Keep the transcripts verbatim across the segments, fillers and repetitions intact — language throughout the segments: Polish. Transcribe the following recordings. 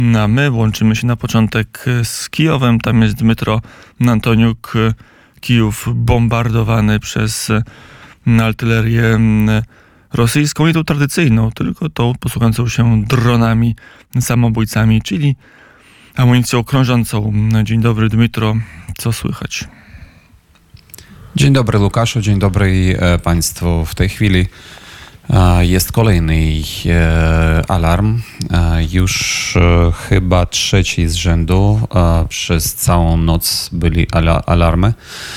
A my łączymy się na początek z Kijowem. Tam jest Dmytro Antoniuk. Kijów bombardowany przez artylerię rosyjską, nie tą tradycyjną, tylko tą posługującą się dronami samobójcami, czyli amunicją krążącą. Dzień dobry, Dmytro. Co słychać? Dzień dobry, Łukaszu. Dzień dobry Państwu. W tej chwili jest kolejny alarm. Już chyba trzeci z rzędu. Przez całą noc byli alarmy.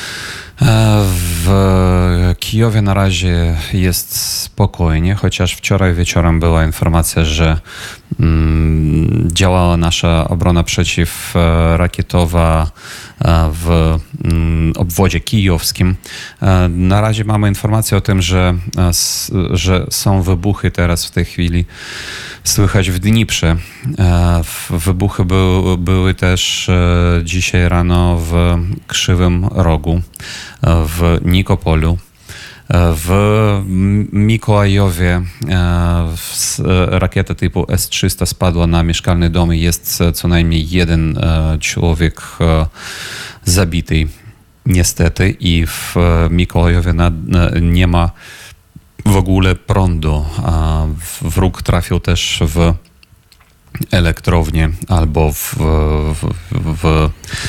W Kijowie na razie jest spokojnie, chociaż wczoraj wieczorem była informacja, że mm, działała nasza obrona przeciwrakietowa w mm, obwodzie kijowskim. Na razie mamy informację o tym, że, że są wybuchy teraz w tej chwili. Słychać w Dniprze. Wybuchy były, były też dzisiaj rano w Krzywym Rogu, w Nikopolu. W Mikołajowie rakieta typu S trzysta spadła na mieszkalny dom i jest co najmniej jeden człowiek zabity, niestety. I w Mikołajowie nie ma w ogóle prądu. Wróg trafił też w elektrownię albo w, w, w,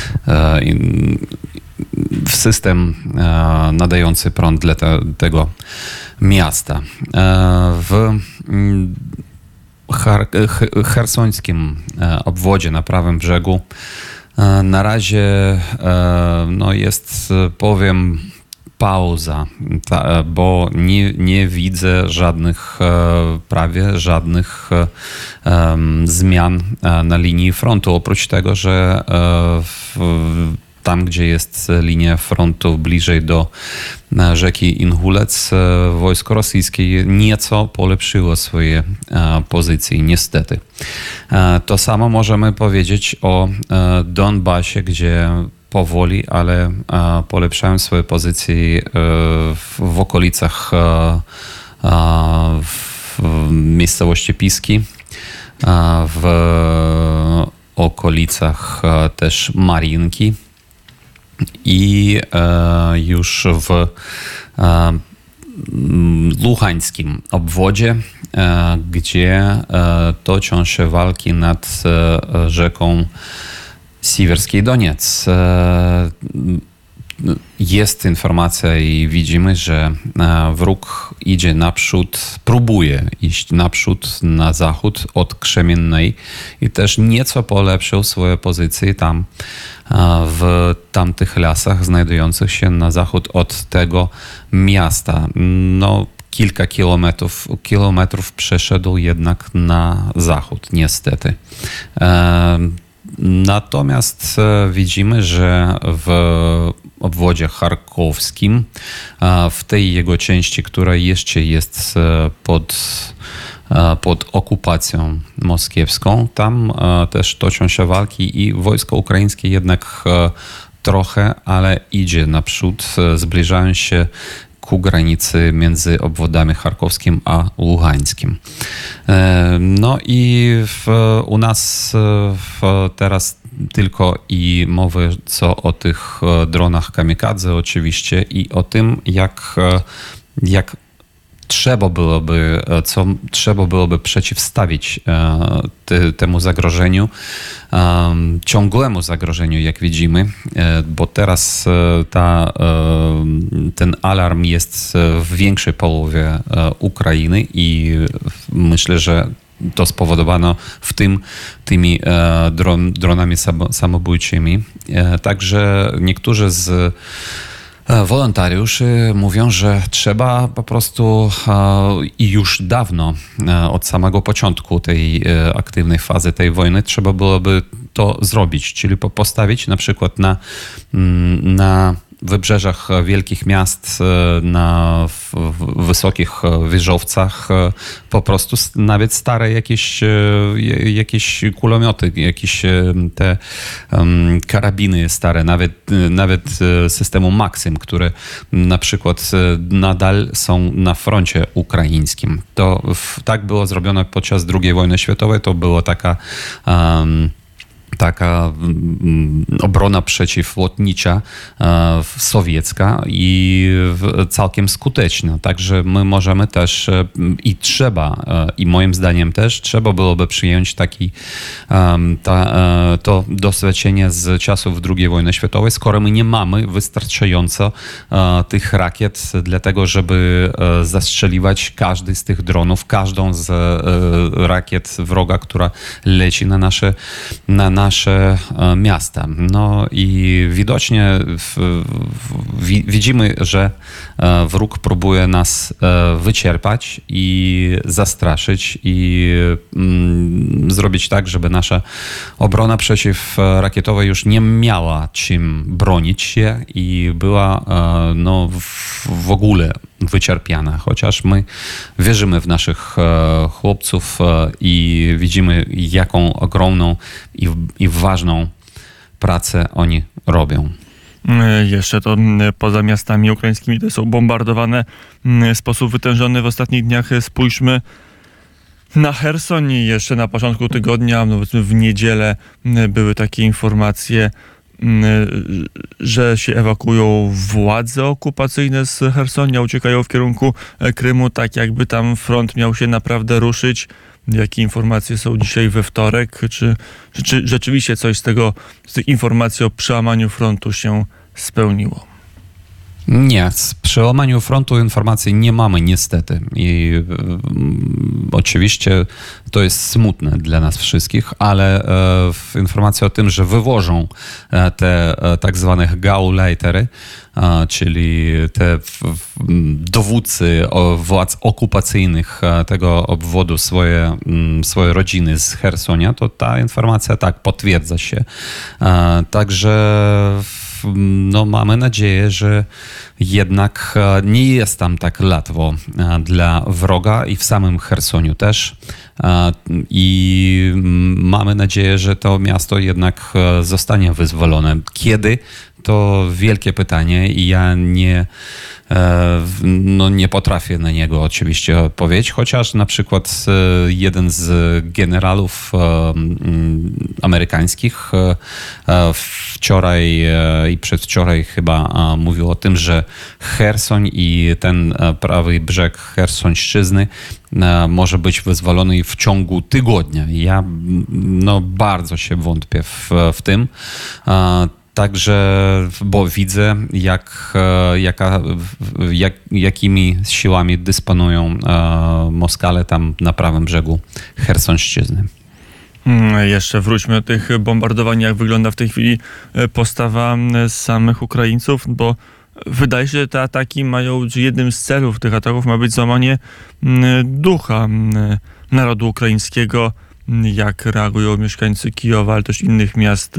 w system nadający prąd dla te, tego miasta. W chersońskim obwodzie na prawym brzegu na razie no jest, powiem, pauza, ta, bo nie, nie widzę żadnych, prawie żadnych um, zmian na linii frontu, oprócz tego, że w, tam, gdzie jest linia frontu bliżej do rzeki Inhulec, wojsko rosyjskie nieco polepszyło swoje pozycje, niestety. To samo możemy powiedzieć o Donbasie, gdzie powoli, ale polepszają swoje pozycje w, w okolicach w miejscowości Piski, w okolicach też Marinki i już w luhańskim obwodzie, gdzie toczą się walki nad rzeką Siwerski Doniec. Jest informacja i widzimy, że wróg idzie naprzód, próbuje iść naprzód na zachód od Krzemiennej i też nieco polepszył swoje pozycje tam w tamtych lasach znajdujących się na zachód od tego miasta. No, kilka kilometrów, kilometrów przeszedł jednak na zachód, niestety. Natomiast widzimy, że w obwodzie charkowskim, w tej jego części, która jeszcze jest pod, pod okupacją moskiewską, tam też toczą się walki i wojsko ukraińskie jednak trochę, ale idzie naprzód, zbliżają się ku granicy między obwodami charkowskim a luhańskim. No i w, u nas w, teraz tylko i mowy co o tych dronach kamikadze oczywiście i o tym, jak, jak trzeba byłoby, co trzeba byłoby przeciwstawić te, temu zagrożeniu, ciągłemu zagrożeniu, jak widzimy, bo teraz ta, ten alarm jest w większej połowie Ukrainy i myślę, że to spowodowano w tym tymi dron, dronami samobójczymi. Także niektórzy z wolontariuszy mówią, że trzeba po prostu i już dawno, od samego początku tej aktywnej fazy tej wojny, trzeba byłoby to zrobić, czyli postawić na przykład na, na wybrzeżach wielkich miast, na wysokich wieżowcach po prostu nawet stare jakieś, jakieś kulomioty, jakieś te karabiny stare, nawet, nawet systemu Maxim, które na przykład nadal są na froncie ukraińskim. To tak było zrobione podczas drugiej wojny światowej. To była taka um, taka obrona przeciwlotnicza e, sowiecka i w, całkiem skuteczna. Także my możemy też e, i trzeba, e, i moim zdaniem też trzeba byłoby przyjąć taki, e, ta, e, to doświadczenie z czasów drugiej wojny światowej, skoro my nie mamy wystarczająco e, tych rakiet dla tego, żeby e, zastrzeliwać każdy z tych dronów, każdą z e, rakiet wroga, która leci na nasze, na nasze miasta. No i widocznie w, w, widzimy, że wróg próbuje nas wyczerpać i zastraszyć i mm, zrobić tak, żeby nasza obrona przeciwrakietowa już nie miała czym bronić się i była no, w, w ogóle wyczerpiana. Chociaż my wierzymy w naszych chłopców i widzimy, jaką ogromną i, i ważną pracę oni robią. Jeszcze to poza miastami ukraińskimi, te są bombardowane w sposób wytężony w ostatnich dniach. Spójrzmy na Cherson i jeszcze na początku tygodnia, no w niedzielę były takie informacje, że się ewakuują władze okupacyjne z Chersonia, uciekają w kierunku Krymu, tak jakby tam front miał się naprawdę ruszyć. Jakie informacje są dzisiaj we wtorek? Czy, czy, czy rzeczywiście coś z tego, z tych informacji o przełamaniu frontu się spełniło? Nie, z przełamaniu frontu informacji nie mamy niestety i e, oczywiście to jest smutne dla nas wszystkich, ale e, informacja o tym, że wywożą e, te e, tak zwane Gauleitery, e, czyli te w, w, dowódcy o, władz okupacyjnych e, tego obwodu, swoje, m, swoje rodziny z Chersonia, to ta informacja tak potwierdza się. E, także no, mamy nadzieję, że jednak nie jest tam tak łatwo dla wroga i w samym Chersoniu też. I mamy nadzieję, że to miasto jednak zostanie wyzwolone. Kiedy? To wielkie pytanie i ja nie, no nie potrafię na niego oczywiście odpowiedzieć, chociaż na przykład jeden z generałów amerykańskich wczoraj i przedwczoraj chyba mówił o tym, że Cherson i ten prawy brzeg Chersońszczyzny może być wyzwolony w ciągu tygodnia. Ja no, bardzo się wątpię w, w tym. Także, bo widzę, jak, jaka, jak, jakimi siłami dysponują Moskale tam na prawym brzegu Chersońszczyzny. Jeszcze wróćmy do tych bombardowań, jak wygląda w tej chwili postawa samych Ukraińców, bo wydaje się, że te ataki mają, że jednym z celów tych ataków ma być złamanie ducha narodu ukraińskiego. Jak reagują mieszkańcy Kijowa, ale też innych miast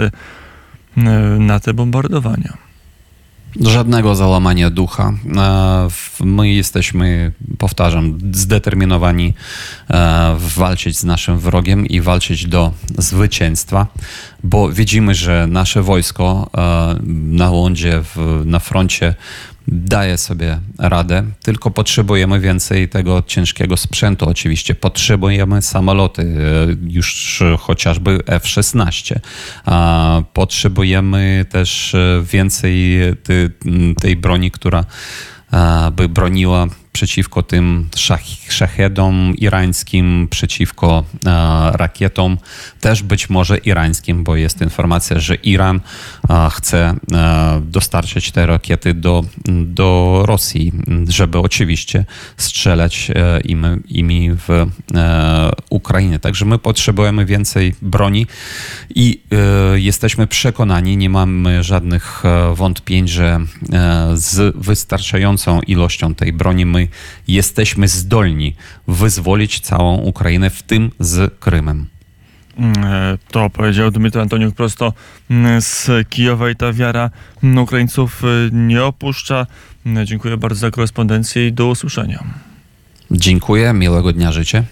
na te bombardowania? Żadnego załamania ducha. My jesteśmy, powtarzam, zdeterminowani walczyć z naszym wrogiem i walczyć do zwycięstwa, bo widzimy, że nasze wojsko na lądzie, na froncie daje sobie radę, tylko potrzebujemy więcej tego ciężkiego sprzętu. Oczywiście potrzebujemy samoloty, już chociażby F szesnaście. Potrzebujemy też więcej tej broni, która by broniła przeciwko tym szachedom irańskim, przeciwko e, rakietom, też być może irańskim, bo jest informacja, że Iran e, chce e, dostarczyć te rakiety do, do Rosji, żeby oczywiście strzelać e, imi, imi w e, Ukrainę. Także my potrzebujemy więcej broni i e, jesteśmy przekonani, nie mamy żadnych e, wątpień, że e, z wystarczającą ilością tej broni my jesteśmy zdolni wyzwolić całą Ukrainę, w tym z Krymem. To powiedział Dmytro Antoniuk prosto z Kijowa i ta wiara Ukraińców nie opuszcza. Dziękuję bardzo za korespondencję i do usłyszenia. Dziękuję, miłego dnia życzę.